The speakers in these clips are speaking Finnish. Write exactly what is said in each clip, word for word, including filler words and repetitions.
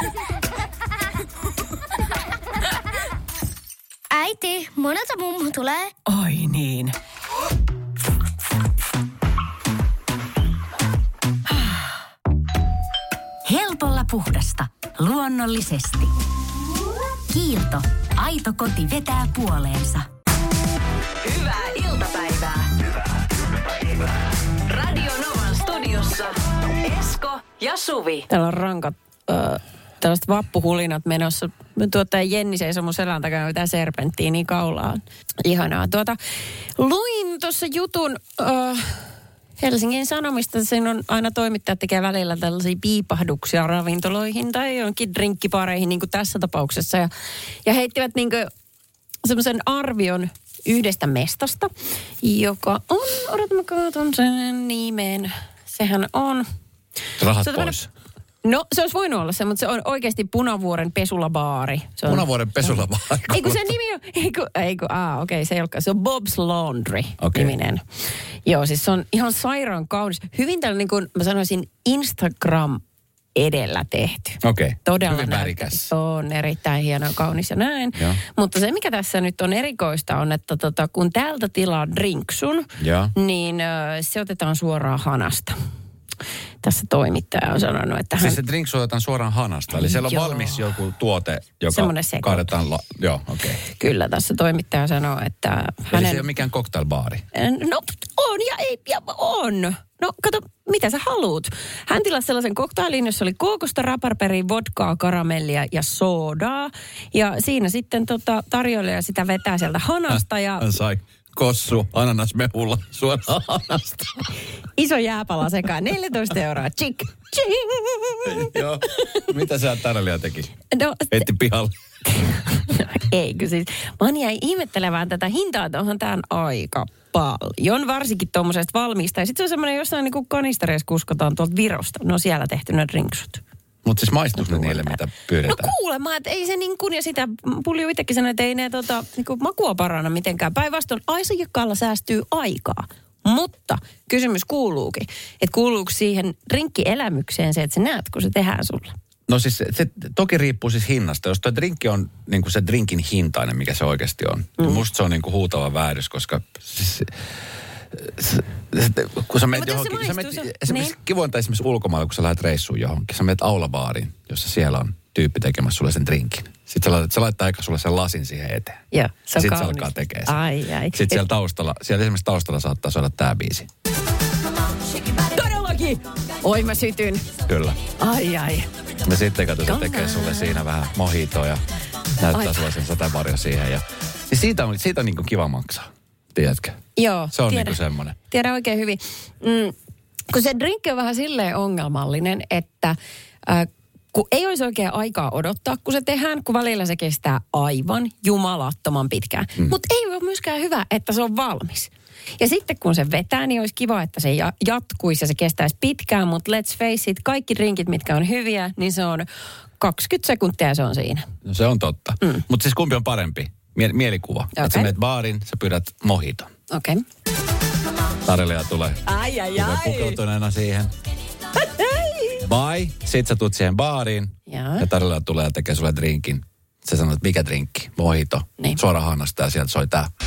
Äiti, monelta mummu tulee. Oi niin. Helpolla puhdasta. Luonnollisesti. Kiilto. Aito koti vetää puoleensa. Hyvää iltapäivää. Hyvää iltapäivää. Radio Novan studiossa Esko ja Suvi. Täällä on rankat, äh, tällaiset vappuhulinat menossa. Tuottaja Jenni seisoo mun selän takana, mitä serpenttiiniä kaulaan. Ihanaa. Tuota, luin tuossa jutun äh, Helsingin Sanomista. Siinä on aina toimittajat tekee välillä tällaisia piipahduksia ravintoloihin tai jonkin drinkkipareihin, niin kuin tässä tapauksessa. Ja, ja heittivät niin kuin semmoisen arvion yhdestä mestasta, joka on, odotama katson sen nimen, sehän on... Rahat se on pois. No, se olisi voinut olla se, mutta se on oikeasti Punavuoren pesulabaari. Se on, Punavuoren pesulabaari. Ei kun se nimi on, ei kun, ei kun aa okei, okay, se ei olekaan, se on Bob's Laundry okay. niminen. Joo, siis se on ihan sairaan kaunis. Hyvin tällainen, niin kuin mä sanoisin, Instagram edellä tehty. Okei, okay. Todella hyvin näyttävä. värikäs. On erittäin hieno, kaunis ja näin. Ja. Mutta se, mikä tässä nyt on erikoista, on, että tota, kun täältä tilaa drinksun, ja. niin ö, se otetaan suoraan hanasta. Tässä toimittaja on sanonut, että hän... Siis se drinksu otetaan suoraan hanasta, eli siellä on Joo. valmis joku tuote, joka semmoinen sekoitus. kaadetaan... La... Joo, okei. Okay. Kyllä, tässä toimittaja sanoo, että hänen... hänen... Eli se ei ole mikään cocktailbaari? No on ja ei, ja on. No kato, mitä sä haluut? Hän tilasi sellaisen koktailin, jossa oli kookosta, raparperia, vodkaa, karamellia ja soodaa. Ja siinä sitten tota, tarjoilija sitä vetää sieltä hanasta ja... Hän sai kossu ananasmehulla suoraan hanasta. Iso jääpala sekaan, neljätoista euroa. Chik, ching. Joo. Mitä sä tarjoilija teki? No, Heitti pihalle. No, eikö siis. Mä jäin ihmettelemään tätä hintaa, että onhan tämän aika paljon. Varsinkin tuommoisesta valmiista. Ja sitten se on semmoinen jossain niin kuin kanistereissa kuskataan tuolta Virosta. No siellä tehty ne drinksut. Mutta siis maistuuko ne niille, mitä pyydetään? No kuulemma, että ei se niin kuin, ja sitä Pulju itsekin sanoi, että ei ne tota, niin kuin makua paranna mitenkään. Päinvastoin asiakkaalla säästyy aikaa. Mutta kysymys kuuluukin, että kuuluuko siihen drinkkielämykseen se, että sä näet, kun se tehdään sulle? No siis se, se toki riippuu siis hinnasta. Jos tuo drinkki on niin kuin se drinkin hintainen, mikä se oikeasti on. Mm. Musta se on niin kuin huutava vääryys, koska... Siis, Se, se, kun sä menet johonkin, sä menet, esimerkiksi niin. Kivointa esimerkiksi ulkomailla, kun sä lähdet reissuun johonkin, sä menet aulabaariin, jossa siellä on tyyppi tekemässä sulle sen drinkin. Sitten sä, laitat, sä laittaa aika sulle sen lasin siihen eteen. Joo, se on sitten se alkaa tekemään sen. Ai, ai. Sitten siellä taustalla, siellä esimerkiksi taustalla saattaa soida tää biisi. Todellakin! Oi mä sytyn. Kyllä. Ai, ai. Ja sitten kato, se tekee sulle siinä vähän mojitoa ja näyttää ai. Sulle sen sateenvarjo siihen. Ja, niin siitä on, siitä on niin kuin kiva maksaa, tiedätkö? Joo, se on tiedä, niinku semmoinen. Tiedän oikein hyvin. Mm, kun se drinkki on vähän silleen ongelmallinen, että äh, kun ei olisi oikein aikaa odottaa, kun se tehdään, kun välillä se kestää aivan jumalattoman pitkään. Mm. Mutta ei ole myöskään hyvä, että se on valmis. Ja sitten kun se vetää, niin olisi kiva, että se jatkuisi ja se kestäisi pitkään, mutta let's face it, kaikki drinkit, mitkä on hyviä, niin se on kaksikymmentä sekuntia ja se on siinä. No se on totta. Mm. Mutta siis kumpi on parempi? Mie- mielikuva. Okay. Että sä menet baariin, sä pyydät mojiton. Okei. Okay. Tarjoilija tulee. Ai, ai, tulee ai. pukeutuneena siihen. Vai sit sä tuut siihen baariin ja, ja tarjoilija tulee ja tekee sulle drinkin. Sä sanot, että mikä drinkki? Mojito. Niin. Suoraan hannasta ja sieltä soi tää.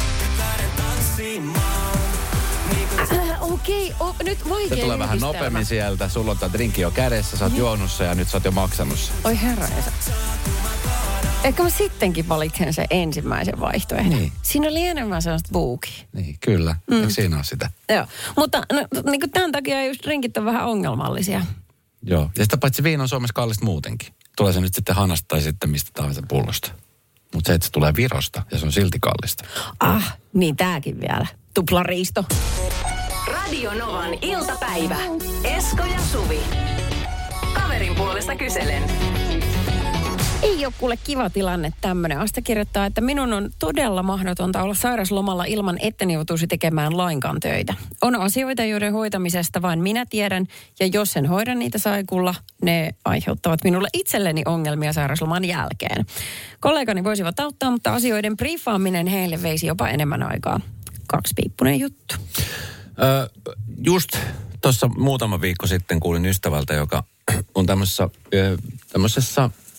Äh, Okei, okay. oh, nyt vaikea se tulee vähän nopeammin sieltä. Sulla on tää drinkki jo kädessä, sä oot niin. juonut sen ja nyt sä oot jo maksanut sen. Oi herra Esa. Ehkä mä sittenkin valitsen sen ensimmäisen vaihtoehdon. Niin. Siinä oli enemmän sellaista buukia. Niin, kyllä. Mm. Eikö siinä ole sitä? Joo, mutta no, niin kuin tämän takia just drinkit on vähän ongelmallisia. Joo, ja sitä paitsi viina on Suomessa kallista muutenkin. Tulee se nyt sitten hanasta tai sitten mistä tahansa pullosta. Mutta se, että se tulee Virosta ja se on silti kallista. Ah, niin tääkin vielä. Tuplariisto. Radio Novan iltapäivä. Esko ja Suvi. Kaverin puolesta kyselen. Ei ole kuule kiva tilanne tämmöinen. Asta kirjoittaa, että minun on todella mahdotonta olla sairaslomalla ilman, etten joutuisi tekemään lainkaan töitä. On asioita, joiden hoitamisesta vain minä tiedän, ja jos en hoida niitä saikulla, ne aiheuttavat minulle itselleni ongelmia sairasloman jälkeen. Kollegani voisivat auttaa, mutta asioiden briefaaminen heille veisi jopa enemmän aikaa. Kaksipiippunen juttu. Öö, just tuossa muutama viikko sitten kuulin ystävältä, joka on tämmöisessä, tämmöisessä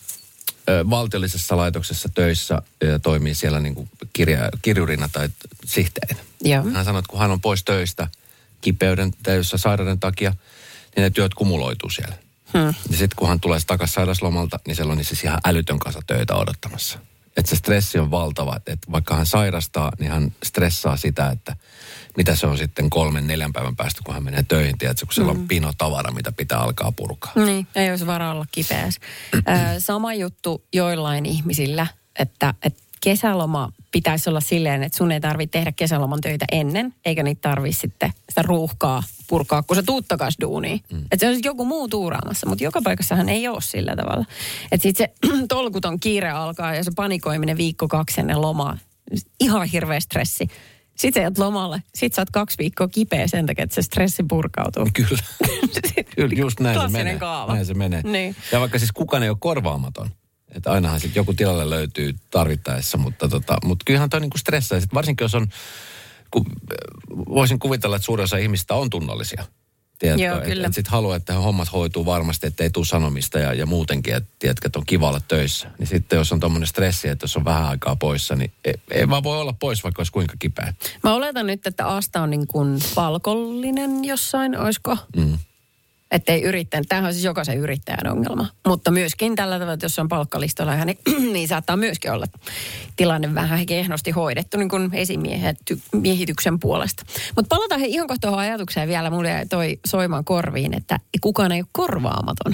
ö, valtiollisessa laitoksessa töissä ja toimii siellä niin kuin kirja, kirjurina tai sihterinä. Joo. Hän sanoi, että kun hän on pois töistä kipeyden tai sairauden takia, niin ne työt kumuloituu siellä. Hmm. Ja sitten kun hän tulee takaisin sairauslomalta, niin siellä on siis ihan älytön kanssa töitä odottamassa. Että se stressi on valtava. Että vaikka hän sairastaa, niin hän stressaa sitä, että mitä se on sitten kolmen, neljän päivän päästä, kun hän menee töihin. Tiedätkö, kun siellä on pino tavara, mitä pitää alkaa purkaa. Niin, ei olisi varaa olla kipeässä. Sama juttu joillain ihmisillä, että, että kesäloma pitäisi olla silleen, että sun ei tarvitse tehdä kesäloman töitä ennen, eikä niitä tarvitse sitten sitä ruuhkaa purkaa, kun sä tuut takas duuniin. Mm. Että se on joku muu tuuraamassa, mutta joka paikassahan ei ole sillä tavalla. Että sitten se tolkuton kiire alkaa ja se panikoiminen viikko kaksi ennen lomaa. Ihan hirveä stressi. Sitten sä jäät lomalle. Sitten sä oot kaksi viikkoa kipeä sen takia, että se stressi purkautuu. Kyllä. Kyllä, just näin se menee. Kaava. Näin se menee. Niin. Ja vaikka siis kukaan ei ole korvaamaton. Että ainahan sitten joku tilalle löytyy tarvittaessa, mutta, tota, mutta kyllähän toi niinku stressaa. Sit varsinkin jos on, kun voisin kuvitella, että suurin osa ihmistä on tunnollisia. Tiedätkö? Joo, kyllä. Että et sitten haluaa, että hommat hoituu varmasti, että ei tule sanomista ja, ja muutenkin, että tiedätkö, että on kiva olla töissä. Niin sitten jos on tommoinen stressi, että jos on vähän aikaa poissa, niin ei, ei vaan voi olla pois, vaikka olisi kuinka kipeä. Mä oletan nyt, että Asta on niin kuin palkollinen jossain, oisko? Mm. Että ei yrittänyt. Tämähän on siis jokaisen yrittäjän ongelma. Mutta myöskin tällä tavalla, että jos on palkkalistolla, niin, niin saattaa myöskin olla tilanne vähän kehnosti hoidettu niin kuin esimiehityksen puolesta. Mutta palataan he ihan kohta tuohon ajatukseen vielä. Mulle jäi toi soimaan korviin, että kukaan ei ole korvaamaton.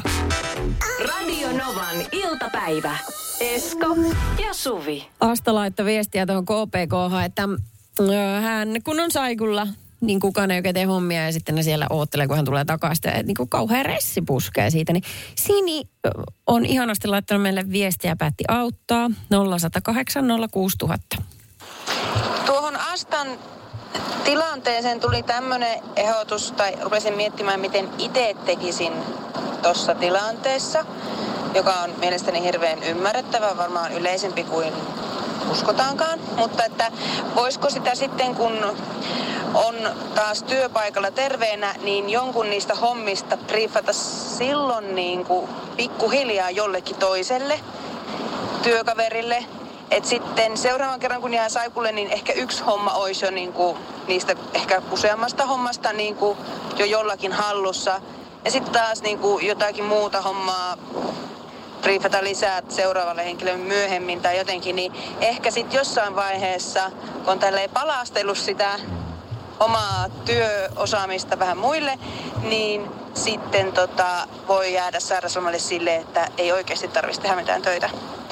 Radio Novan iltapäivä. Esko ja Suvi. Asta laittoi viestiä tuohon K P K:han, että ö, hän kun on saikulla, niin kukaan ei oikein tee hommia ja sitten ne siellä oottelee, kun hän tulee takaisin. Että niin kuin kauhean ressi puskee siitä. Niin Sini on ihanasti laittanut meille viestiä ja päätti auttaa. nolla yksi nolla kahdeksan nolla kuusi nolla nolla nolla. Tuohon Astan tilanteeseen tuli tämmöinen ehdotus, tai rupesin miettimään, miten itse tekisin tuossa tilanteessa, joka on mielestäni hirveän ymmärrettävä, varmaan yleisempi kuin uskotaankaan. Mutta että voisiko sitä sitten, kun on taas työpaikalla terveenä, niin jonkun niistä hommista briefata silloin niin kuin pikkuhiljaa jollekin toiselle työkaverille. Että sitten seuraavan kerran, kun jää saikulle, niin ehkä yksi homma olisi jo niin kuin niistä ehkä useammasta hommasta niin kuin jo jollakin hallussa. Ja sitten taas niin kuin jotakin muuta hommaa briefata lisää seuraavalle henkilölle myöhemmin tai jotenkin. Niin ehkä sitten jossain vaiheessa, kun on tälleen palastellut sitä omaa työosaamista vähän muille, niin sitten tota, voi jäädä sairauslomalle silleen, että ei oikeasti tarvitsisi tehdä mitään töitä.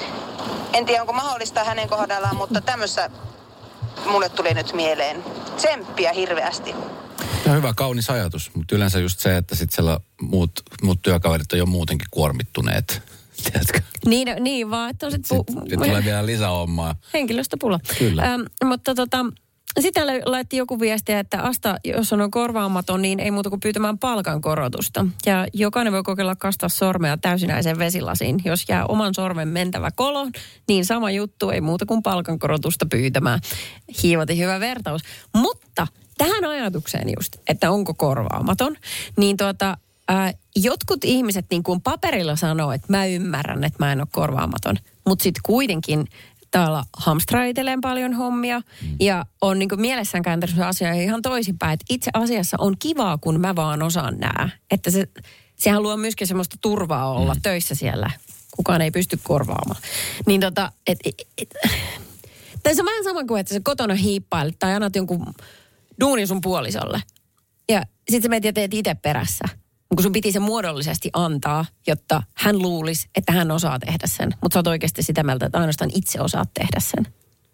En tiedä, onko mahdollista hänen kohdallaan, mutta tämmössä mulle tuli nyt mieleen. Tsemppiä hirveästi. No hyvä, kaunis ajatus, mutta yleensä just se, että sitten siellä muut, muut työkaverit on jo muutenkin kuormittuneet. Tiedätkö? Niin, niin vaan, että on sitten... Pu- sitten tulee vielä lisähommaa. Henkilöstöpula. Kyllä. Ähm, mutta tota... Sitten laitti joku viestiä, että Asta, jos on korvaamaton, niin ei muuta kuin pyytämään palkankorotusta. Ja jokainen voi kokeilla kastaa sormea täysinäiseen vesilasiin. Jos jää oman sormen mentävä kolo, niin sama juttu, ei muuta kuin palkankorotusta pyytämään. Hiivati hyvä vertaus. Mutta tähän ajatukseen just, että onko korvaamaton, niin tuota, ää, jotkut ihmiset niin kuin paperilla sanoo, että mä ymmärrän, että mä en ole korvaamaton. Mutta sitten kuitenkin... Täällä hamstraitelee paljon hommia mm. ja on niin kuin mielessään kääntänyt se asia ihan toisinpäin. Että itse asiassa on kivaa, kun mä vaan osaan nää. Että se, sehän luo myöskin semmoista turvaa olla mm. töissä siellä. Kukaan ei pysty korvaamaan. Niin tota, et, et, et, tai se on vähän sama kuin, että sä kotona hiippailet tai annat jonkun duunin sun puolisolle. Ja sit sä menet ja teet itse perässä. Kun sun piti se muodollisesti antaa, jotta hän luulisi, että hän osaa tehdä sen. Mutta sä oot oikeasti sitä mieltä, että ainoastaan itse osaat tehdä sen.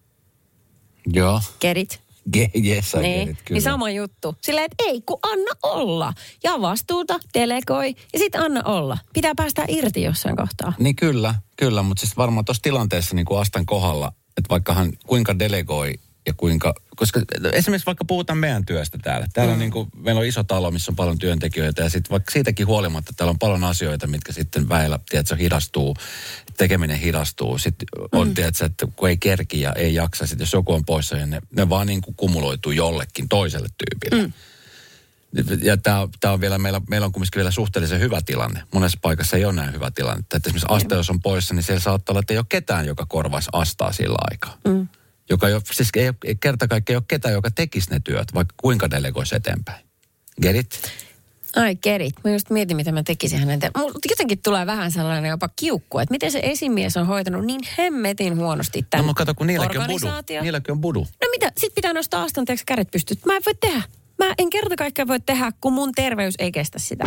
Joo. Kerit? Ge- yes, I niin. get it, kyllä. Niin sama juttu. Silleen, että ei, kun anna olla. Ja vastuuta, delegoi ja sitten anna olla. Pitää päästä irti jossain kohtaa. Niin kyllä, kyllä. Mutta siis varmaan tuossa tilanteessa niin kuin Astan kohdalla, että vaikka hän kuinka delegoi ja kuinka, koska esimerkiksi vaikka puhutaan meidän työstä täällä. Täällä mm. on niin kuin, meillä on iso talo, missä on paljon työntekijöitä ja sitten vaikka siitäkin huolimatta täällä on paljon asioita, mitkä sitten väillä, tiedätkö, hidastuu, tekeminen hidastuu. Sitten on, mm. tiedätkö, että kun ei kerki ja ei jaksa, sitten jos joku on poissa, niin ne, ne vaan niin kuin kumuloituu jollekin toiselle tyypille. Mm. Ja tämä on, on vielä, meillä, meillä on kumminkin vielä suhteellisen hyvä tilanne. Monessa paikassa ei ole näin hyvä tilanne. Että esimerkiksi Asta, jos on poissa, niin siellä saattaa olla, että ei ole ketään, joka korvaisi Astaa sillä aikaa. Mm. Joka ei ole, siis ei, ei kerta kaikkiaan ei ole ketään, joka tekisi ne työt, vaikka kuinka delegoisi eteenpäin. Get it? Ai get it. Mä just mietin, mitä mä tekisin hänen. Mutta jotenkin tulee vähän sellainen jopa kiukku, että miten se esimies on hoitanut niin hemmetin huonosti tämän no, mutta kato, kun niilläkin on budu. Niilläkin on budu. No mitä? Sitten pitää nostaa Astan teeksi kädet pystyt. Mä en voi tehdä. Mä en kerta kaikkiaan voi tehdä, kun mun terveys ei kestä sitä.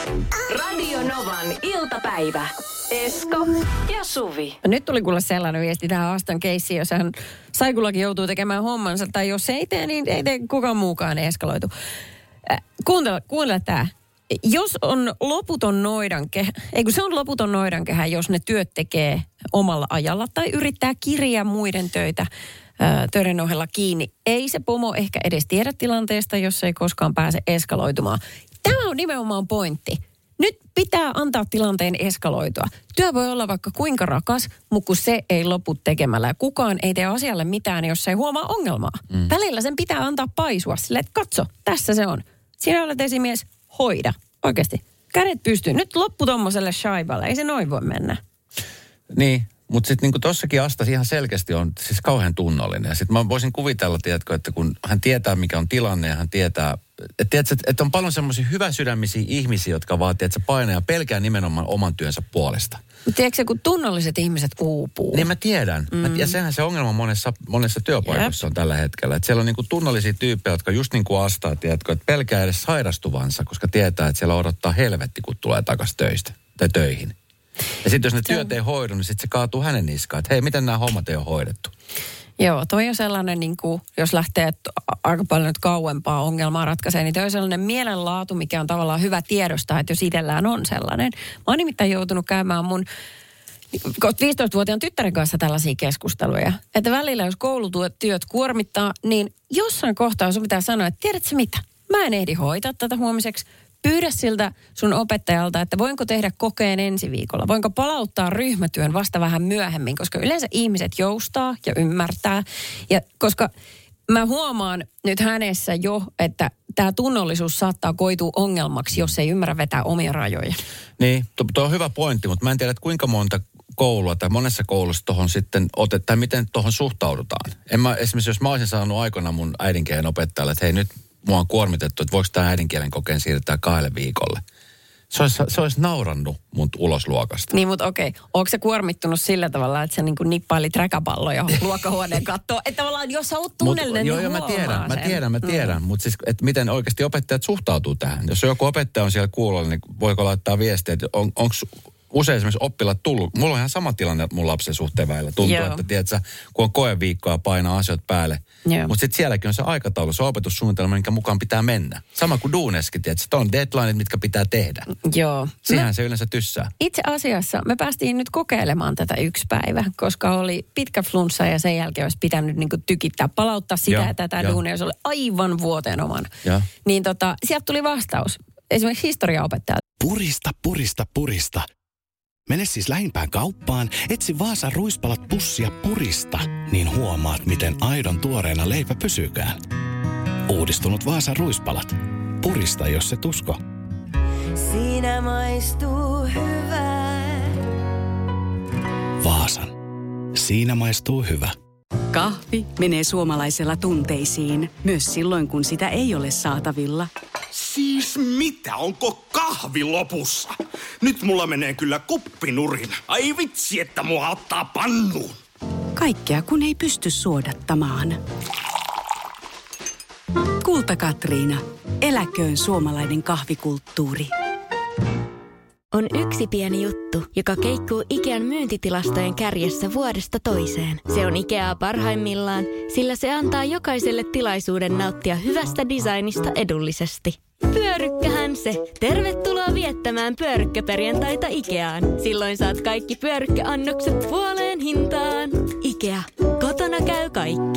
Radio Novan iltapäivä. Esko ja Suvi. Nyt tuli kuule sellainen viesti tähän Astan keissiin, jos hän Saikulakin joutuu tekemään hommansa. Tai jos ei tee, niin ei tee kukaan muukaan eskaloitu. Äh, kuuntele, kuuntele tää. Jos on loputon noidankehä, ei kun se on loputon noidankehä, jos ne työt tekee omalla ajalla tai yrittää kirjaa muiden töitä ö, töiden ohella kiinni. Ei se pomo ehkä edes tiedä tilanteesta, jos ei koskaan pääse eskaloitumaan. Tämä on nimenomaan pointti. Nyt pitää antaa tilanteen eskaloitua. Työ voi olla vaikka kuinka rakas, mutta kun se ei lopu tekemällä. Ja kukaan ei tee asialle mitään, jos ei huomaa ongelmaa. Mm. Välillä sen pitää antaa paisua sille, että katso, tässä se on. Sinä olet esimies, hoida. Oikeasti. Kädet pystyy. Nyt loppu tommoselle shaiballe. Ei se noin voi mennä. Niin, mutta sitten niinku tossakin Asta ihan selkeästi on siis kauhean tunnollinen. Ja sitten mä voisin kuvitella, tiedätkö, että kun hän tietää, mikä on tilanne ja hän tietää, että, tiedätkö, että on paljon semmoisia hyväsydämisiä ihmisiä, jotka vaatii, että se painaa ja pelkää nimenomaan oman työnsä puolesta. Tiedätkö, kun tunnolliset ihmiset uupuu? Niin mä tiedän. Mm. Ja sehän se ongelma monessa, monessa työpaikassa on tällä hetkellä. Että siellä on niinku tunnollisia tyyppejä, jotka just niin kuin Astaa, tiedätkö, että pelkää edes sairastuvansa, koska tietää, että siellä odottaa helvetti, kun tulee takaisin töistä tai töihin. Ja sitten jos ne se työt ei hoidu, niin sitten se kaatuu hänen niskaan, että hei, miten nämä hommat ei ole hoidettu? Joo, toi on sellainen, niin kuin, jos lähtee aika paljon nyt kauempaa ongelmaa ratkaisee, niin toi on sellainen mielenlaatu, mikä on tavallaan hyvä tiedostaa, että jos itsellään on sellainen. Mä oon nimittäin joutunut käymään mun viisitoistavuotiaan tyttären kanssa tällaisia keskusteluja. Että välillä, jos koulutyöt kuormittaa, niin jossain kohtaa sun pitää sanoa, että tiedätkö mitä? Mä en ehdi hoitaa tätä huomiseksi. Pyydä siltä sun opettajalta, että voinko tehdä kokeen ensi viikolla. Voinko palauttaa ryhmätyön vasta vähän myöhemmin, koska yleensä ihmiset joustaa ja ymmärtää. Ja koska mä huomaan nyt hänessä jo, että tämä tunnollisuus saattaa koitua ongelmaksi, jos ei ymmärrä vetää omia rajoja. Niin, tuo on hyvä pointti, mutta mä en tiedä, että kuinka monta koulua tai monessa koulussa tuohon sitten otetaan, tai miten tuohon suhtaudutaan. En mä, esimerkiksi jos mä olisin saanut aikana mun äidinkielen opettajalle, että hei nyt mua on kuormitettu, että voiko tämä äidinkielen kokeen siirtää kahdelle viikolle. Se olisi, se olisi naurannut mun ulos luokasta. Niin, mutta okei. Onko se kuormittunut sillä tavalla, että sä niin kuin nippailit räkäpalloja luokkahuoneen kattoon? Että tavallaan, jos sä oot tunnellinen, niin joo, huomaa mä tiedän, sen. mä tiedän, mä tiedän. Mm. Mutta siis, että miten oikeasti opettajat suhtautuu tähän. Jos joku opettaja on siellä kuulolla, niin voiko laittaa viestiä, että on, onko usein esimerkiksi oppilaat tullut. Mulla on ihan sama tilanne mun lapsen suhteen välillä. Tuntuu, joo. että tiedätkö, kun on koeviikkoa painaa asioita päälle. Mutta sitten sielläkin on se aikataulu, se opetussuunnitelma, minkä mukaan pitää mennä. Sama kuin duuneskin, tiedätkö, on deadlineit, mitkä pitää tehdä. Joo. Siihen me, se yleensä tyssää. Itse asiassa me päästiin nyt kokeilemaan tätä yksi päivä, koska oli pitkä flunssa ja sen jälkeen olisi pitänyt niinku tykittää, palauttaa sitä ja, ja tätä duunia, jos oli aivan vuoteen omana. Ja. Niin tota, sieltä tuli vastaus. Esimerkiksi historiaopettajalta. Purista, purista, purista. Mene siis lähimpään kauppaan, etsi Vaasan ruispalat pussia purista, niin huomaat, miten aidon tuoreena leipä pysykään. Uudistunut Vaasan ruispalat. Purista, jos se tusko. Siinä maistuu hyvää. Vaasan. Siinä maistuu hyvä. Kahvi menee suomalaisella tunteisiin, myös silloin kun sitä ei ole saatavilla. Siis mitä? Onko kahvi lopussa? Nyt mulla menee kyllä kuppinurin. Ai vitsi, että mua ottaa pannuun. Kaikkea kun ei pysty suodattamaan. Kulta Katriina. Eläköön suomalainen kahvikulttuuri. On yksi pieni juttu, joka keikkuu Ikean myyntitilastojen kärjessä vuodesta toiseen. Se on Ikeaa parhaimmillaan, sillä se antaa jokaiselle tilaisuuden nauttia hyvästä designista edullisesti. Pyörykkähän se! Tervetuloa viettämään pyörykkäperjantaita Ikeaan. Silloin saat kaikki pyörykkäannokset puoleen hintaan. Ikea. Kotona käy kaikki.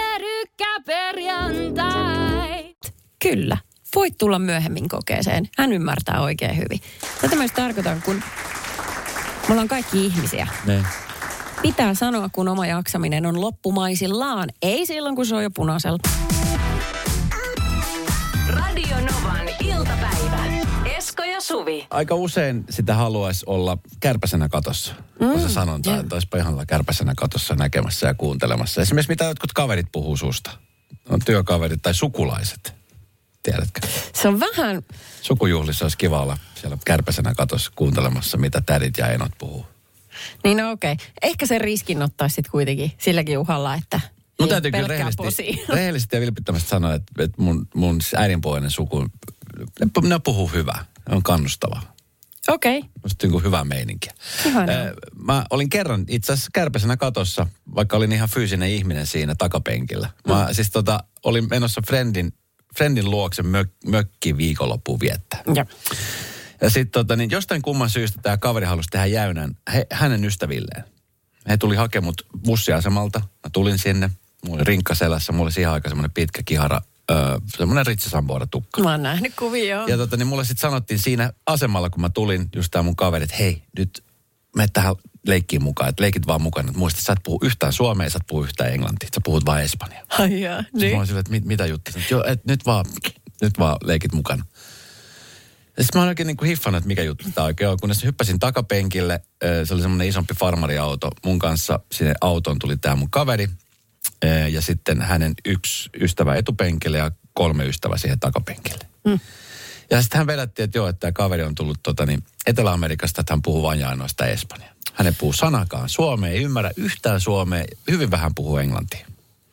Pyörykkäperjantai! Kyllä. Voit tulla myöhemmin kokeeseen. Hän ymmärtää oikein hyvin. Tätä myös tarkoitan, kun me ollaan kaikki ihmisiä. Ne. Pitää sanoa, kun oma jaksaminen on loppumaisillaan. Ei silloin, kun se on jo punaisella. Radio Novan iltapäivä. Esko ja Suvi. Aika usein sitä haluaisi olla kärpäsenä katossa. Mm, kun se sanonta, yeah. että olisipa ihan olla kärpäsenä katossa näkemässä ja kuuntelemassa. Esimerkiksi mitä jotkut kaverit puhuu susta. On työkaverit tai sukulaiset. Tiedätkö? Se on vähän... Sukujuhlissa olisi kiva olla siellä kärpäsenä katossa kuuntelemassa, mitä tädit ja enot puhuu. Niin no okei. Okay. Ehkä sen riskin ottaa sitten kuitenkin silläkin uhalla, että mun täytyy kyllä rehellisesti, rehellisesti ja vilpittömästi sanoa, että, että mun, mun äidinpuolinen suku, ne, ne puhuu hyvää. Ne on kannustavaa. Okei. Okay. Musta niin hyvä meininki. Mä olin kerran itse asiassa kärpäsenä katossa, vaikka olin ihan fyysinen ihminen siinä takapenkillä. Mä mm. siis tota, olin menossa friendin, friendin luokse mök, mökki viikonloppuun viettää. Ja, ja sitten tota, niin jostain kumman syystä tämä kaveri halusi tehdä jäynän he, hänen ystävilleen. He tuli hakemaan mut bussiasemalta. Mä tulin sinne. Mulla oli rinkka selässä. Mulla oli siihen aika semmoinen pitkä kihara. Öö, semmoinen ritsasamboora tukka. Mä oon nähnyt kuvia. Ja tota, niin mulle sitten sanottiin siinä asemalla, kun mä tulin, just tää mun kaveri, että hei, nyt mene tähän leikkiin mukaan, että leikit vaan mukana. Että muista, sä et puhu yhtään suomea, sä et puhu yhtään englantia, sä puhut vaan espanjaa. Ai jaa, niin. Mä olin silleen, että mit, mitä juttu? Joo, että nyt vaan, nyt vaan leikit mukana. Ja sitten mä oon oikein niin kuin hiffannut, että mikä juttu tää oikein on. Kunnes hyppäsin takapenkille, se oli semmoinen isompi farmariauto. Mun kanssa sinne autoon tuli tää mun kaveri. Ja sitten hänen yksi ystävä etupenkille ja kolme ystävää siihen takapenkille. Mm. Ja sitten hän vedätti, että joo, että tämä kaveri on tullut tota, niin Etelä-Amerikasta, että hän puhuu vain ja ainoastaan espanjaa. Hän ei puhu sanakaan suomea, ei ymmärrä yhtään suomea, hyvin vähän puhuu englantia.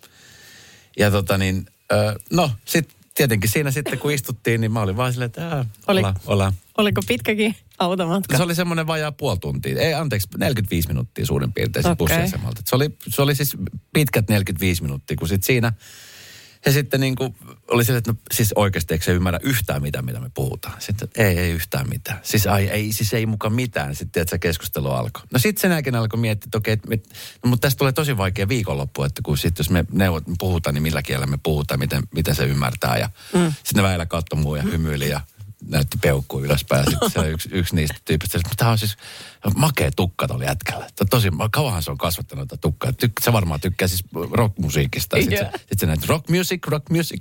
Ja tota niin, ö, no sitten tietenkin siinä sitten kun istuttiin, niin mä olin vaan silleen, että ää, Oli, olla, olla. Oliko pitkäkin automatka? Se oli semmoinen vajaa puoli tuntia. Ei, anteeksi, neljäkymmentäviisi minuuttia suurin piirtein okay. bussiasemalta. Se oli, se oli siis pitkät neljäkymmentäviisi minuuttia, kun sitten siinä he sitten niin kuin oli sille, että no siis oikeasti eikö se ymmärrä yhtään mitään, mitä me puhutaan. Sitten ei, ei yhtään mitään. Siis ai, ei, siis ei mukaan mitään. Sitten tiedät, se keskustelu alkoi. No sitten sen jälkeen alkoi miettiä, että okei, okay, no, mutta tästä tulee tosi vaikea viikonloppu, että kun sitten jos me neuvot, puhutaan, niin millä kielellä me puhutaan, miten, miten se ymmärtää. Ja mm. sitten ne väillä katsoi mua ja hymyili ja näytti peukkuu ylöspäin. Ja sitten se oli yksi, yksi niistä tyypistä. Tämä on siis makea tukka tuolla jätkällä. Tosi, kauanhan se on kasvattanut tätä tukkaa. Tyk, se varmaan tykkää siis rockmusiikista. Sitten yeah. se, sit se näytti rock music, rock music.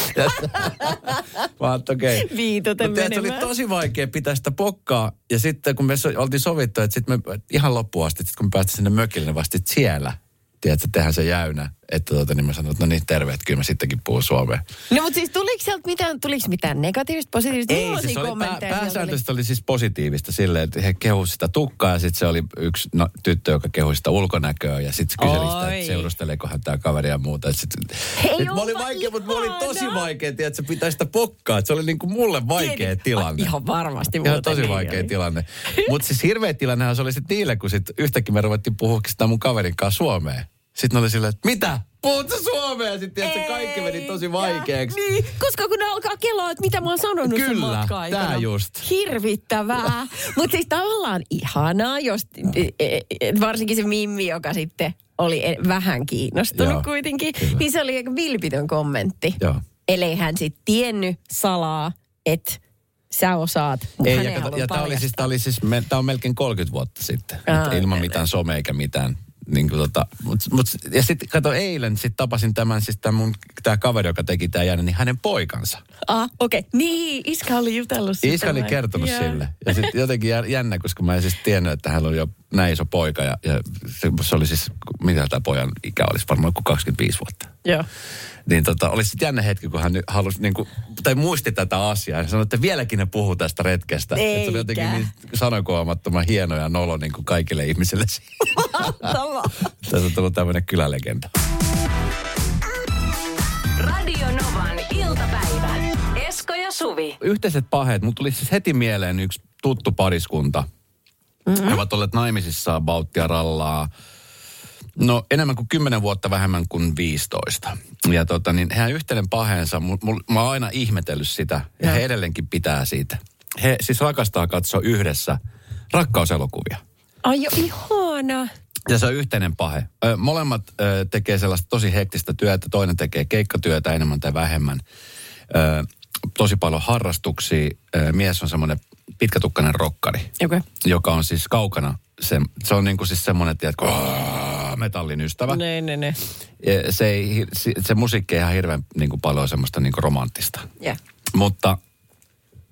Vaan okei. Okay. Viitoten menemään. Se oli tosi vaikea pitää sitä pokkaa. Ja sitten kun me so, oltiin sovittu, että sitten me ihan loppuun asti, sitten kun me päästiin sinne mökille, niin vasta siellä. Tiedätkö, tehdään se jäynä. Että tuota, niin mä sanoin, että no niin, terve, että kyllä mä sittenkin puhun suomea. No mutta siis tuliko sieltä mitään, tuliko mitään negatiivista, positiivista? Ei, siis oli pää, pääsääntöisesti oli? oli siis positiivista silleen, että he kehuivat sitä tukkaa ja sitten se oli yksi no, tyttö, joka kehui sitä ulkonäköä ja sitten se kyseli sitä, että seurusteleekohan tämä kaveri ja muuta. Et sit, Hei, et mä olin vaikea, mutta mä olin tosi vaikea, että se pitää sitä pokkaa. Että se oli niinku mulle vaikea Tiedä. tilanne. A, ihan varmasti. Ihan tosi niin vaikea oli. tilanne. Mutta siis hirveä tilannehan se oli sitten niille, kun sitten yhtäkkiä me ruvettiin puhua sitä mun kaverin kanssa suomea. Sitten oli silleen, että mitä? Puhutko suomea? Ja sitten tiedätkö, kaikki meni tosi vaikeaksi. Niin, koska kun ne alkaa kelaa, että mitä mä oon sanonut Kyllä, sen matka-aikana. Kyllä, tää just. Hirvittävää. Mutta siis tavallaan ihanaa, jos varsinkin se Mimmi, joka sitten oli vähän kiinnostunut Joo, kuitenkin, kyllä. niin se oli aika vilpitön kommentti. Joo. Ellei hän sitten tiennyt salaa, että sä osaat. Ei, ja, kato, ja tämä oli siis, tää oli siis me, tää on melkein kolmekymmentä vuotta sitten. Aa, ilman mitään somea eikä mitään. Niin kuin tota, mut, mut, ja sitten kato eilen sit tapasin tämän, siis tämän mun, tää kaveri, joka teki tää jäänä, niin hänen poikansa. Ah, okei. Okay. Niin, Iska oli jutellut sitä. Iska oli kertonut yeah. sille. Ja sitten jotenkin jännä, koska mä en siis tiennyt, että hän oli jo näin iso poika. Ja, ja se, se oli siis, mitä tämä pojan ikä olisi, varmaan joku kaksikymmentäviisi vuotta. Joo. Niin tota, oli sitten jännä hetki, kun hän halusi, niin kuin, tai muisti tätä asiaa. Hän sanoi, että vieläkin ne puhuu tästä retkestä. Eikä. Että se oli jotenkin niin sanokoamattoman hieno ja nolo niin kuin kaikille ihmisille. Mahtavaa. Tässä on tullut tämmöinen kylälegenda. Radio Novan iltapäivä. Esko ja Suvi. Yhteiset paheet. Mulla tuli siis heti mieleen yksi tuttu pariskunta. Mm-hmm. He ovat olleet naimisissa bauttia rallaa. No enemmän kuin kymmenen vuotta, vähemmän kuin viisitoista. Ja tota niin, heidän yhteinen paheensa, mul, mul, mä oon aina ihmetellyt sitä, ja, ja he edelleenkin pitää siitä. He siis rakastaa katsoa yhdessä rakkauselokuvia. Ai jo, ihana. Ja se on yhteinen pahe. Ö, molemmat ö, tekee sellaista tosi hektistä työtä, toinen tekee keikkatyötä enemmän tai vähemmän. Ö, tosi paljon harrastuksia. Ö, mies on semmoinen pitkätukkainen rokkari, okay. joka on siis kaukana. Se, se on niinku siis semmoinen, tiedätkö, metallin ystävä. Ne, ne, ne. Se, ei, se, se musiikki ei ihan hirveän niinku paljon semmoista niinku romanttista. Yeah. Mutta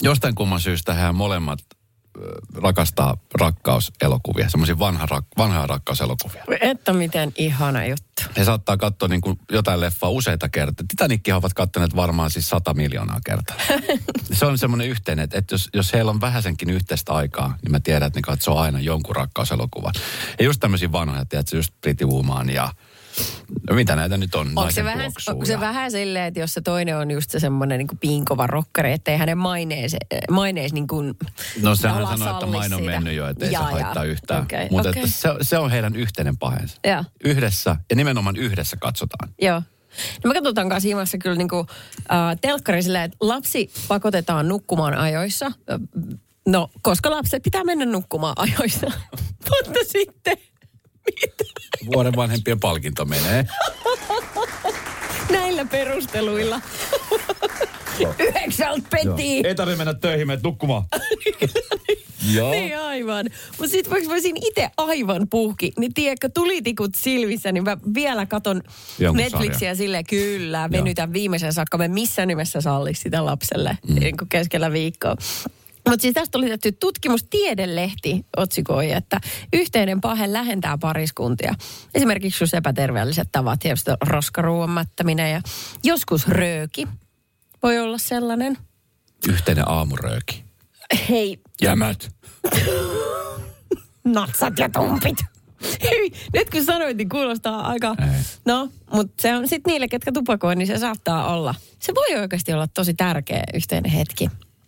jostain kumman syystä hän molemmat rakastaa rakkauselokuvia, semmoisia vanha, vanhaa rakkauselokuvia. Että miten ihana juttu. He saattaa katsoa niin kuin jotain leffaa useita kertaa. Titanickia ovat katsoneet varmaan siis sata miljoonaa kertaa. Se on semmoinen yhteinen, että jos, jos heillä on vähäsenkin yhteistä aikaa, niin mä tiedän, että ne katsoo aina jonkun rakkauselokuvan. Ja just tämmöisiä vanhoja, tiedätkö, just Pretty Woman ja mitä näitä nyt on? Onko se, vähän, onko se vähän silleen, että jos se toinen on just se semmoinen niin kuin piinkova rokkari, ettei hänen maineesi, maineesi niin kuin no sehän sanoo, että maino on mennyt jo, ettei ja, se haittaa ja. yhtään. Okay, Mutta okay. se, se on heidän yhteinen pahensa. Ja. Yhdessä, ja nimenomaan yhdessä katsotaan. Joo. No me katsotaan kanssa himassa kyllä niin kuin äh, telkkari silleen, että lapsi pakotetaan nukkumaan ajoissa. No, koska lapset pitää mennä nukkumaan ajoissa. Mutta sitten... Mitä? Vuoden vanhempien palkinto menee. Näillä perusteluilla. Yhdeksältä petii. Ei tarvitse mennä töihin, menet nukkumaan. Joo. Niin aivan. Mutta sitten vaikka voisin itse aivan puhki, niin tiedätkö, tulitikut silmissä, niin mä vielä katon Jonkun Netflixiä sarja. Silleen, kyllä, venytän viimeisen saakka. Mä missään nimessä sallis sitä lapselle mm. niin kuin keskellä viikkoa. Mutta siis tästä oli tehty tutkimus, Tiedelehti otsikoi, että yhteinen pahe lähentää pariskuntia. Esimerkiksi just epäterveelliset tavat, tietysti roskaruuan mättäminen ja joskus rööki voi olla sellainen. Yhteinen aamurööki. Hei. Jämät. Natsat ja tumpit. Hei, nyt kun sanoit, niin kuulostaa aika... Ei. No, mutta se on sitten niille, ketkä tupakoi, niin se saattaa olla. Se voi oikeasti olla tosi tärkeä yhteinen hetki.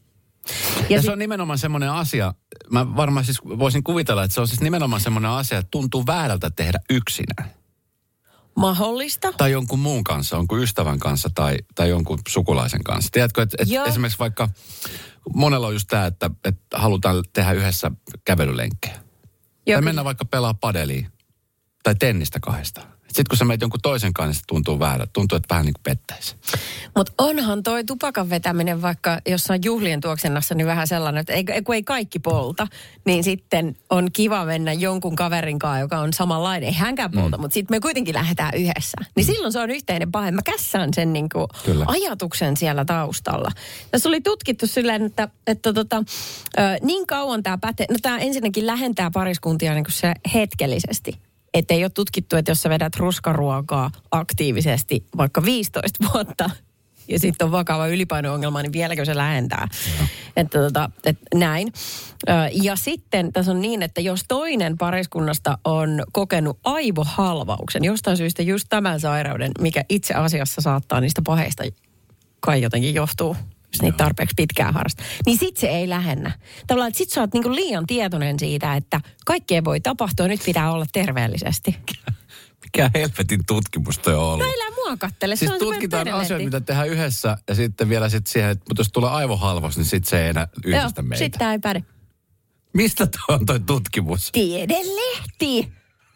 Ja, ja sit... se on nimenomaan semmoinen asia, mä varmaan siis voisin kuvitella, että se on siis nimenomaan semmoinen asia, että tuntuu väärältä tehdä yksinään. Mahdollista. Tai jonkun muun kanssa, jonkun ystävän kanssa tai, tai jonkun sukulaisen kanssa. Tiedätkö, että et esimerkiksi vaikka monella on just tämä, että, että halutaan tehdä yhdessä kävelylenkkejä. Tai mennä vaikka pelaa padelia tai tennistä kahdestaan. Sitten kun sä meet jonkun toisen kanssa, se tuntuu väärä. Tuntuu, että vähän niin kuin pettäisi. Mutta onhan toi tupakan vetäminen vaikka jossain juhlien tuoksennassa niin vähän sellainen, että ei, kun ei kaikki polta, niin sitten on kiva mennä jonkun kaverin kanssa, joka on samanlainen. Ei hänkään polta, mm. mutta sitten me kuitenkin lähdetään yhdessä. Niin mm. silloin se on yhteinen pahe. Mä kässään sen niin kuin ajatuksen siellä taustalla. Tässä oli tutkittu silleen, että, että tota, niin kauan tämä pätee. No tämä ensinnäkin lähentää pariskuntia niin kuin se hetkellisesti. Että ei ole tutkittu, että jos sä vedät ruskaruokaa aktiivisesti vaikka viisitoista vuotta ja sitten on vakava ylipaino-ongelma, niin vieläkö se lähentää. Ja. Että tota, et näin. Ja sitten tässä on niin, että jos toinen pariskunnasta on kokenut aivohalvauksen, jostain syystä just tämän sairauden, mikä itse asiassa saattaa niistä paheista kai jotenkin johtuu, jos niitä tarpeeksi pitkään harrastaa, niin sit se ei lähennä. Tavallaan, että sit sä oot niinku liian tietoinen siitä, että kaikkea voi tapahtua, nyt pitää olla terveellisesti. Mikä helvetin tutkimus toi on ollut? No älä mua kattele. Siis tutkitaan asioita, mitä tehdään yhdessä ja sitten vielä sit siihen, että jos tulee aivohalvaus, niin sit se ei enää yhdistä Joo, meitä. Sit tää ei päde. Mistä toi on toi tutkimus? Tiedelehti.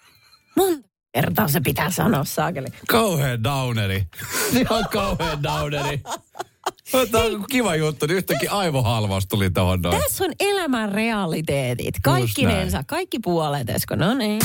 Monta kertaa se pitää sanoa, saakeli. Kauheen downeri. Ihan kauheen downeri. Tämä on kiva juttu, niin yhtäkkiä aivohalvaus tuli tuohon noin. Tässä on elämän realiteetit. Kaikkinensa, kaikki puolet, Esko. No niin.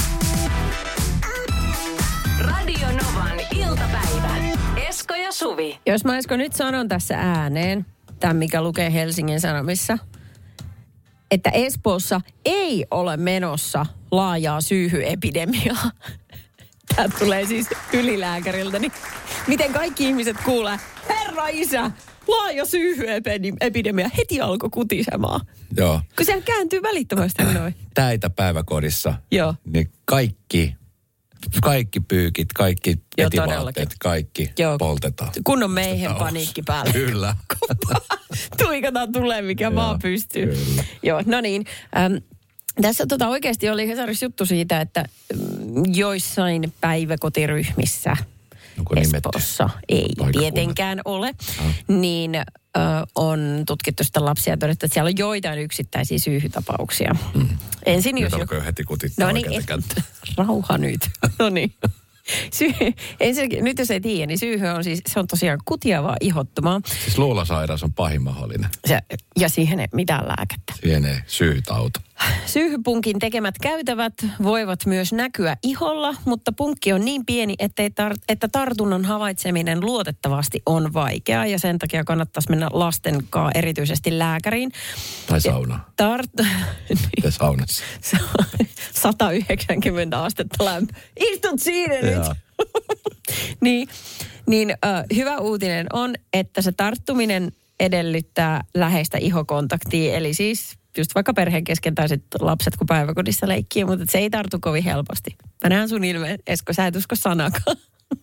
Radio Novan iltapäivä. Esko ja Suvi. Jos mä Esko nyt sanon tässä ääneen, tämän mikä lukee Helsingin Sanomissa, että Espoossa ei ole menossa laajaa syyhyepidemiaa. Tämä tulee siis ylilääkäriltä, niin miten kaikki ihmiset kuulee, herra isä, laaja syyhyepidemia heti alkoi kutisemaan. Joo. Kun sehän kääntyy välittömästi noin. Täitä päiväkodissa. Joo. Niin kaikki, kaikki pyykit, kaikki etivaatteet, kaikki Joo. poltetaan. Kun on meihin paniikki päällä. Kyllä. Tuikataan tulee, mikä Joo, vaan pystyy. Kyllä. Joo, no niin. Ähm, Tässä tota oikeasti oli Hesarissa juttu siitä, että joissain päiväkotiryhmissä Espoossa ei tietenkään ole, ah. niin ö, on tutkittu sitä lapsia ja todettu, että siellä on joitain yksittäisiä syyhytapauksia. Mm. Ensin nyt jos alkoi jo heti kutittaa no niin, et, rauha nyt. No niin. Syy, ensinnäkin, nyt jos ei tiedä, niin syyhy on siis, se on tosiaan kutiavaa ihottumaa. Siis luulasairaus on pahin mahdollinen. Se, ja siihen ei mitään lääkettä. Siihen ei syyhytauta. Syyhypunkin tekemät käytävät voivat myös näkyä iholla, mutta punkki on niin pieni, ettei tar- että tartunnan havaitseminen luotettavasti on vaikeaa ja sen takia kannattaisi mennä lasten kanssa erityisesti lääkäriin. Tai saunaan. Tar- Tai saunassa. sata yhdeksänkymmentä astetta lämpö. Istut siinä nyt. niin, niin äh, hyvä uutinen on, että se tarttuminen edellyttää läheistä ihokontaktia, eli siis just vaikka perheen kesken tai sit lapset, kun päiväkodissa leikkii, mutta se ei tartu kovin helposti. Mä näen sun ilmeen, Esko, sä et usko sanakaan.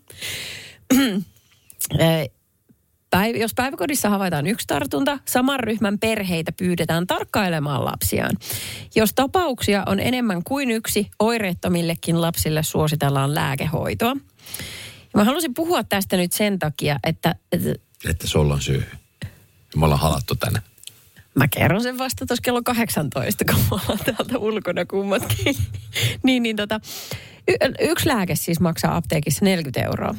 Päiv- jos päiväkodissa havaitaan yksi tartunta, saman ryhmän perheitä pyydetään tarkkailemaan lapsiaan. Jos tapauksia on enemmän kuin yksi, oireettomillekin lapsille suositellaan lääkehoitoa. Ja mä halusin puhua tästä nyt sen takia, että... Että, että sulla on syy. Me ollaan halattu tänne. Mä kerron sen vasta tuossa kello kahdeksantoista, kun me ollaan täältä ulkona kummatkin. niin, niin tota, y- yksi lääke siis maksaa apteekissa neljäkymmentä euroa.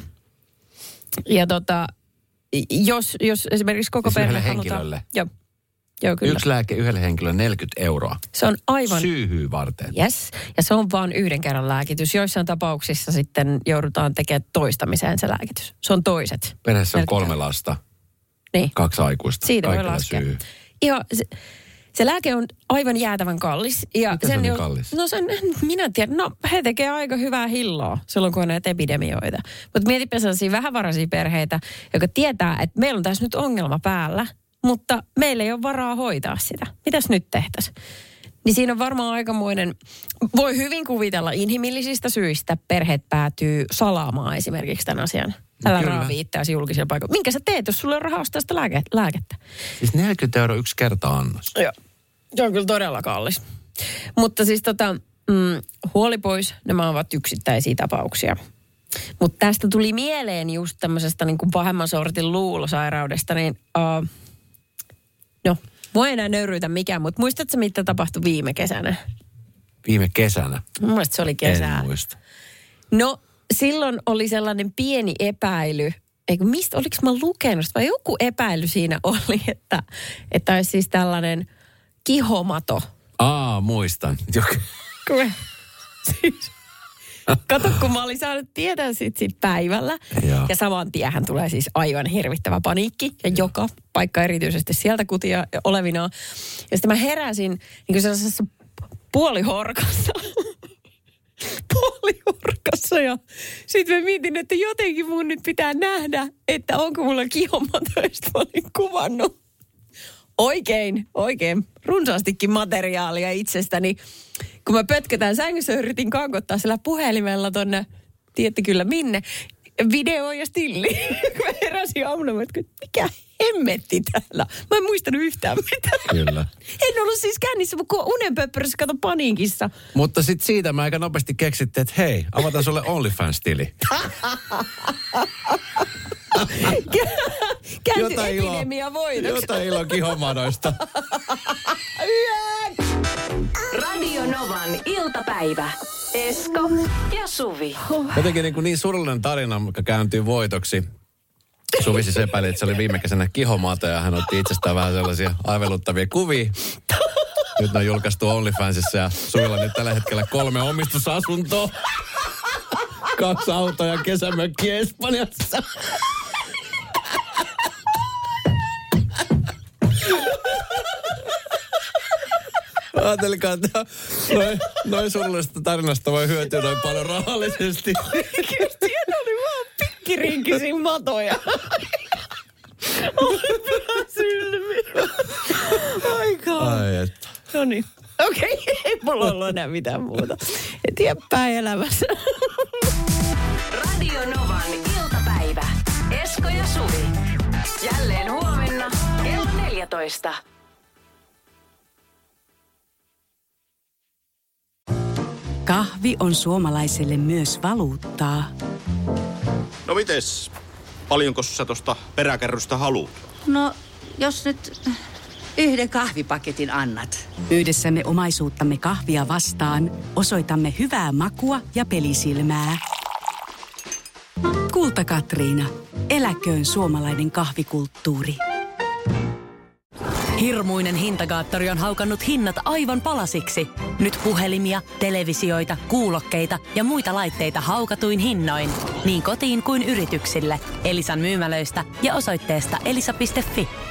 Ja tota, jos, jos esimerkiksi koko siis perhe yhdelle halutaan... henkilölle? Joo. Joo, kyllä. Yksi lääke yhdelle henkilölle neljäkymmentä euroa. Se on aivan... Syyhyy varten. Yes. Ja se on vain yhden kerran lääkitys. Joissain tapauksissa sitten joudutaan tekemään toistamiseen se lääkitys. Se on toiset. Perheessä on kolme lasta. Niin. Kaksi aikuista. Siitä voi Kaikilla laskea. syy. Ja se, se lääke on aivan jäätävän kallis. Ja Mitä sen se on niin jo, kallis? No sen, minä tiedän, no he tekee aika hyvää hilloa silloin, kun on näitä epidemioita. Mutta mietipä sellaisia vähävaraisia perheitä, joka tietää, että meillä on tässä nyt ongelma päällä, mutta meillä ei ole varaa hoitaa sitä. Mitäs nyt tehtäisiin? Niin siinä on varmaan aikamoinen, voi hyvin kuvitella inhimillisistä syistä perheet päätyy salaamaan esimerkiksi tämän asian. Älä raavi itseäsi julkisella paikalla. Minkä sä teet, jos sulla on rahaa ostaa sitä lääke- lääkettä? Siis neljäkymmentä euroa yksi kerta annos. Joo. Se on kyllä todella kallis. Mutta siis tota, mm, huoli pois, nämä ovat yksittäisiä tapauksia. Mutta tästä tuli mieleen just tämmöisestä niin kuin pahemman sortin luulosairaudesta, niin uh, no, mua ei enää nöyryytä mikään, mutta muistatko mitä tapahtui viime kesänä? Viime kesänä? Mun mielestä se oli kesää. En muista. No, silloin oli sellainen pieni epäily, eikö mistä, oliko mä lukenut vai joku epäily siinä oli, että, että olisi siis tällainen kihomato. Aa, muistan. Kun siis, kato, kun mä olin saanut tietää sit, sit päivällä. Joo. Ja saman tiehän tulee siis aivan hirvittävä paniikki. Ja Joo. joka paikka erityisesti sieltä kutia olevinaan. Ja sitten mä heräsin niin kuin sellaisessa puolihorkassa. puolihorkassa ja sitten mä mietin, että jotenkin mun nyt pitää nähdä, että onko mulla kihomato, josta mä olin kuvannut. Oikein, oikein runsaastikin materiaalia itsestäni. Kun mä pötkötään sängyssä, yritin kankottaa sillä puhelimella tonne, tiedätte kyllä minne, video ja stilli. Mä heräsin aamuna, että mikä hemmetti täällä. Mä en muistanut yhtään mitään. Kyllä. En ollut siis kännissä, kun unenpöppörässä kato paniikissa. Mutta sitten siitä mä aika nopeasti keksittiin, että hei, avataan sulle OnlyFans-tili. Käänty epidemia voitoksi. Jotain ilo kihomadoista. Radio Novan iltapäivä. Esko ja Suvi. Jotenkin niin, niin surullinen tarina, joka kääntyy voitoksi. Suvi siis epäili, että se oli viime kesänä kihomato ja hän otti itsestään vähän sellaisia aiveluttavia kuvia. Nyt ne on julkaistu OnlyFansissa ja Suvilla nyt tällä hetkellä kolme omistusasuntoa. Kaksi autoa ja kesämökki Espanjassa. Ajatelkaa, että noin, noin surullisesta tarinasta voi hyötyä noin paljon rahallisesti. Oikeasti, siinä oli vaan pikkirinkisiä matoja. Oli vähän sylmiä. Aikaa. Ai että. No niin. Okei, okay, ei mulla ollut enää mitään muuta. Eteenpäin elämässä. Radio Novan iltapäivä. Esko ja Suvi. Jälleen huomenna kello neljätoista. Kahvi on suomalaiselle myös valuuttaa. No mites? Paljonko sä tosta peräkärrystä haluat? No, jos nyt yhden kahvipaketin annat. Yhdessämme omaisuuttamme kahvia vastaan osoitamme hyvää makua ja pelisilmää. Kulta Katriina. Eläköön suomalainen kahvikulttuuri. Hirmuinen hintakaattori on haukannut hinnat aivan palasiksi. Nyt puhelimia, televisioita, kuulokkeita ja muita laitteita haukatuin hinnoin. Niin kotiin kuin yrityksille. Elisan myymälöistä ja osoitteesta elisa piste fi.